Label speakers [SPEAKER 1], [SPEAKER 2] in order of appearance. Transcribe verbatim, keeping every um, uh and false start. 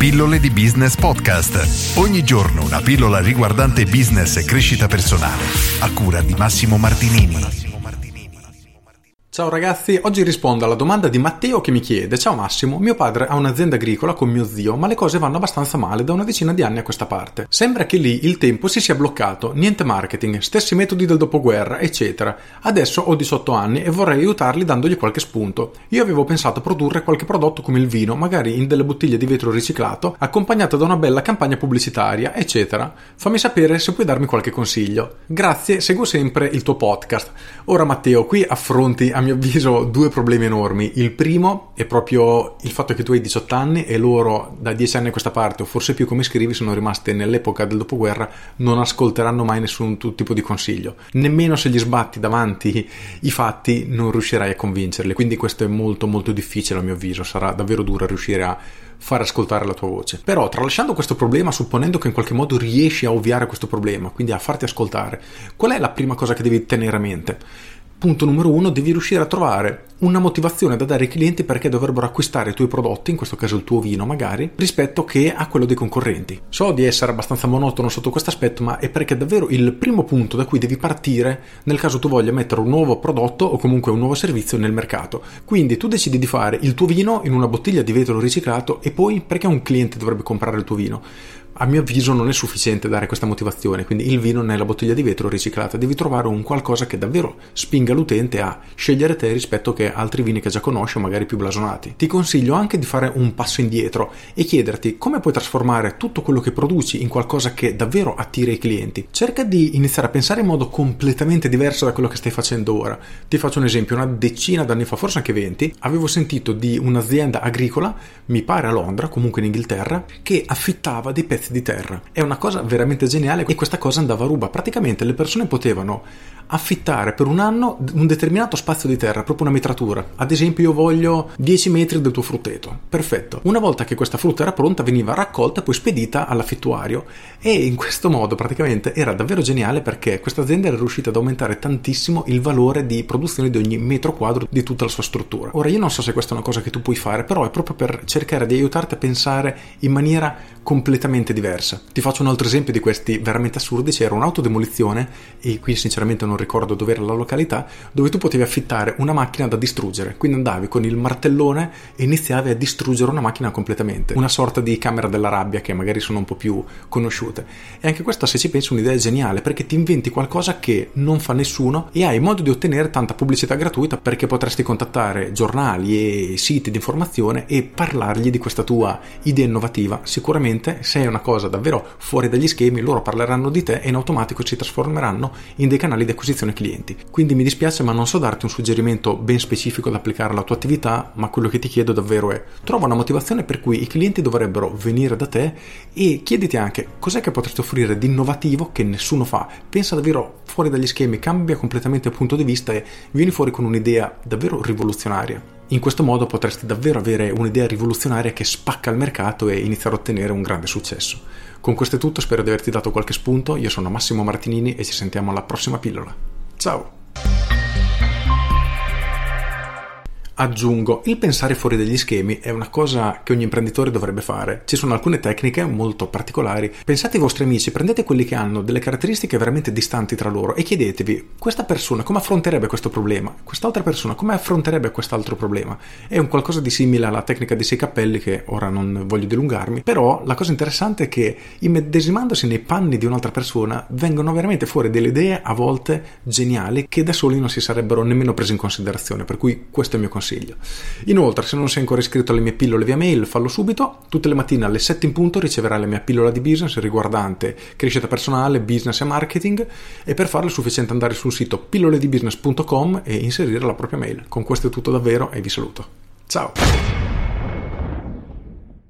[SPEAKER 1] Pillole di Business Podcast. Ogni giorno una pillola riguardante business e crescita personale. A cura di Massimo Martinini.
[SPEAKER 2] Ciao ragazzi, oggi rispondo alla domanda di Matteo che mi chiede: ciao Massimo, mio padre ha un'azienda agricola con mio zio, ma le cose vanno abbastanza male da una decina di anni a questa parte. Sembra che lì il tempo si sia bloccato, niente marketing, stessi metodi del dopoguerra, eccetera. Adesso ho diciotto anni e vorrei aiutarli dandogli qualche spunto. Io avevo pensato a produrre qualche prodotto come il vino, magari in delle bottiglie di vetro riciclato, accompagnato da una bella campagna pubblicitaria, eccetera. Fammi sapere se puoi darmi qualche consiglio. Grazie, seguo sempre il tuo podcast. Ora Matteo, qui affronti a mio avviso due problemi enormi. Il primo è proprio il fatto che tu hai diciotto anni e loro da dieci anni a questa parte, o forse più come scrivi, sono rimaste nell'epoca del dopoguerra, non ascolteranno mai nessun tipo di consiglio. Nemmeno se gli sbatti davanti i fatti non riuscirai a convincerli. Quindi questo è molto molto difficile a mio avviso, sarà davvero duro riuscire a far ascoltare la tua voce. Però tralasciando questo problema, supponendo che in qualche modo riesci a ovviare questo problema, quindi a farti ascoltare, qual è la prima cosa che devi tenere a mente? Punto numero uno, devi riuscire a trovare una motivazione da dare ai clienti perché dovrebbero acquistare i tuoi prodotti, in questo caso il tuo vino magari, rispetto che a quello dei concorrenti. So di essere abbastanza monotono sotto questo aspetto, ma è perché davvero il primo punto da cui devi partire nel caso tu voglia mettere un nuovo prodotto o comunque un nuovo servizio nel mercato. Quindi tu decidi di fare il tuo vino in una bottiglia di vetro riciclato e poi perché un cliente dovrebbe comprare il tuo vino? A mio avviso non è sufficiente dare questa motivazione, quindi il vino nella bottiglia di vetro riciclata, devi trovare un qualcosa che davvero spinga l'utente a scegliere te rispetto che altri vini che già conosci o magari più blasonati. Ti consiglio anche di fare un passo indietro e chiederti come puoi trasformare tutto quello che produci in qualcosa che davvero attira i clienti. Cerca di iniziare a pensare in modo completamente diverso da quello che stai facendo ora. Ti faccio un esempio: una decina d'anni fa, forse anche venti, avevo sentito di un'azienda agricola, mi pare a Londra, comunque in Inghilterra, che affittava dei pezzi di terra. È una cosa veramente geniale e questa cosa andava a ruba. Praticamente le persone potevano affittare per un anno un determinato spazio di terra, proprio una metratura. Ad esempio, io voglio dieci metri del tuo frutteto. Perfetto. Una volta che questa frutta era pronta, veniva raccolta e poi spedita all'affittuario, e in questo modo praticamente era davvero geniale perché questa azienda era riuscita ad aumentare tantissimo il valore di produzione di ogni metro quadro di tutta la sua struttura. Ora, io non so se questa è una cosa che tu puoi fare, però è proprio per cercare di aiutarti a pensare in maniera completamente diversa. Ti faccio un altro esempio di questi veramente assurdi. C'era un'autodemolizione, e qui sinceramente non ricordo dove era la località, dove tu potevi affittare una macchina da distruggere. Quindi andavi con il martellone e iniziavi a distruggere una macchina completamente, una sorta di camera della rabbia che magari sono un po' più conosciute. E anche questa, se ci pensi, è un'idea geniale perché ti inventi qualcosa che non fa nessuno e hai modo di ottenere tanta pubblicità gratuita, perché potresti contattare giornali e siti di informazione e parlargli di questa tua idea innovativa. Sicuramente, se è una cosa davvero fuori dagli schemi, loro parleranno di te e in automatico si trasformeranno in dei canali di acquisizione clienti. Quindi mi dispiace, ma non so darti un suggerimento ben specifico da applicare alla tua attività, ma quello che ti chiedo davvero è: trova una motivazione per cui i clienti dovrebbero venire da te e chiediti anche cos'è che potresti offrire di innovativo che nessuno fa. Pensa davvero fuori dagli schemi, cambia completamente il punto di vista e vieni fuori con un'idea davvero rivoluzionaria. In questo modo potresti davvero avere un'idea rivoluzionaria che spacca il mercato e iniziare a ottenere un grande successo. Con questo è tutto, spero di averti dato qualche spunto. Io sono Massimo Martinini e ci sentiamo alla prossima pillola. Ciao! Aggiungo, il pensare fuori dagli schemi è una cosa che ogni imprenditore dovrebbe fare. Ci sono alcune tecniche molto particolari. Pensate ai vostri amici, prendete quelli che hanno delle caratteristiche veramente distanti tra loro e chiedetevi: questa persona come affronterebbe questo problema? Quest'altra persona come affronterebbe quest'altro problema? È un qualcosa di simile alla tecnica dei sei cappelli, che ora non voglio dilungarmi, però la cosa interessante è che immedesimandosi nei panni di un'altra persona vengono veramente fuori delle idee a volte geniali che da soli non si sarebbero nemmeno prese in considerazione, per cui questo è il mio consiglio. Inoltre, se non sei ancora iscritto alle mie pillole via mail, fallo subito. Tutte le mattine alle sette in punto riceverai la mia pillola di business riguardante crescita personale, business e marketing, e per farlo è sufficiente andare sul sito pillole di business punto com e inserire la propria mail. Con questo è tutto davvero e vi saluto. Ciao!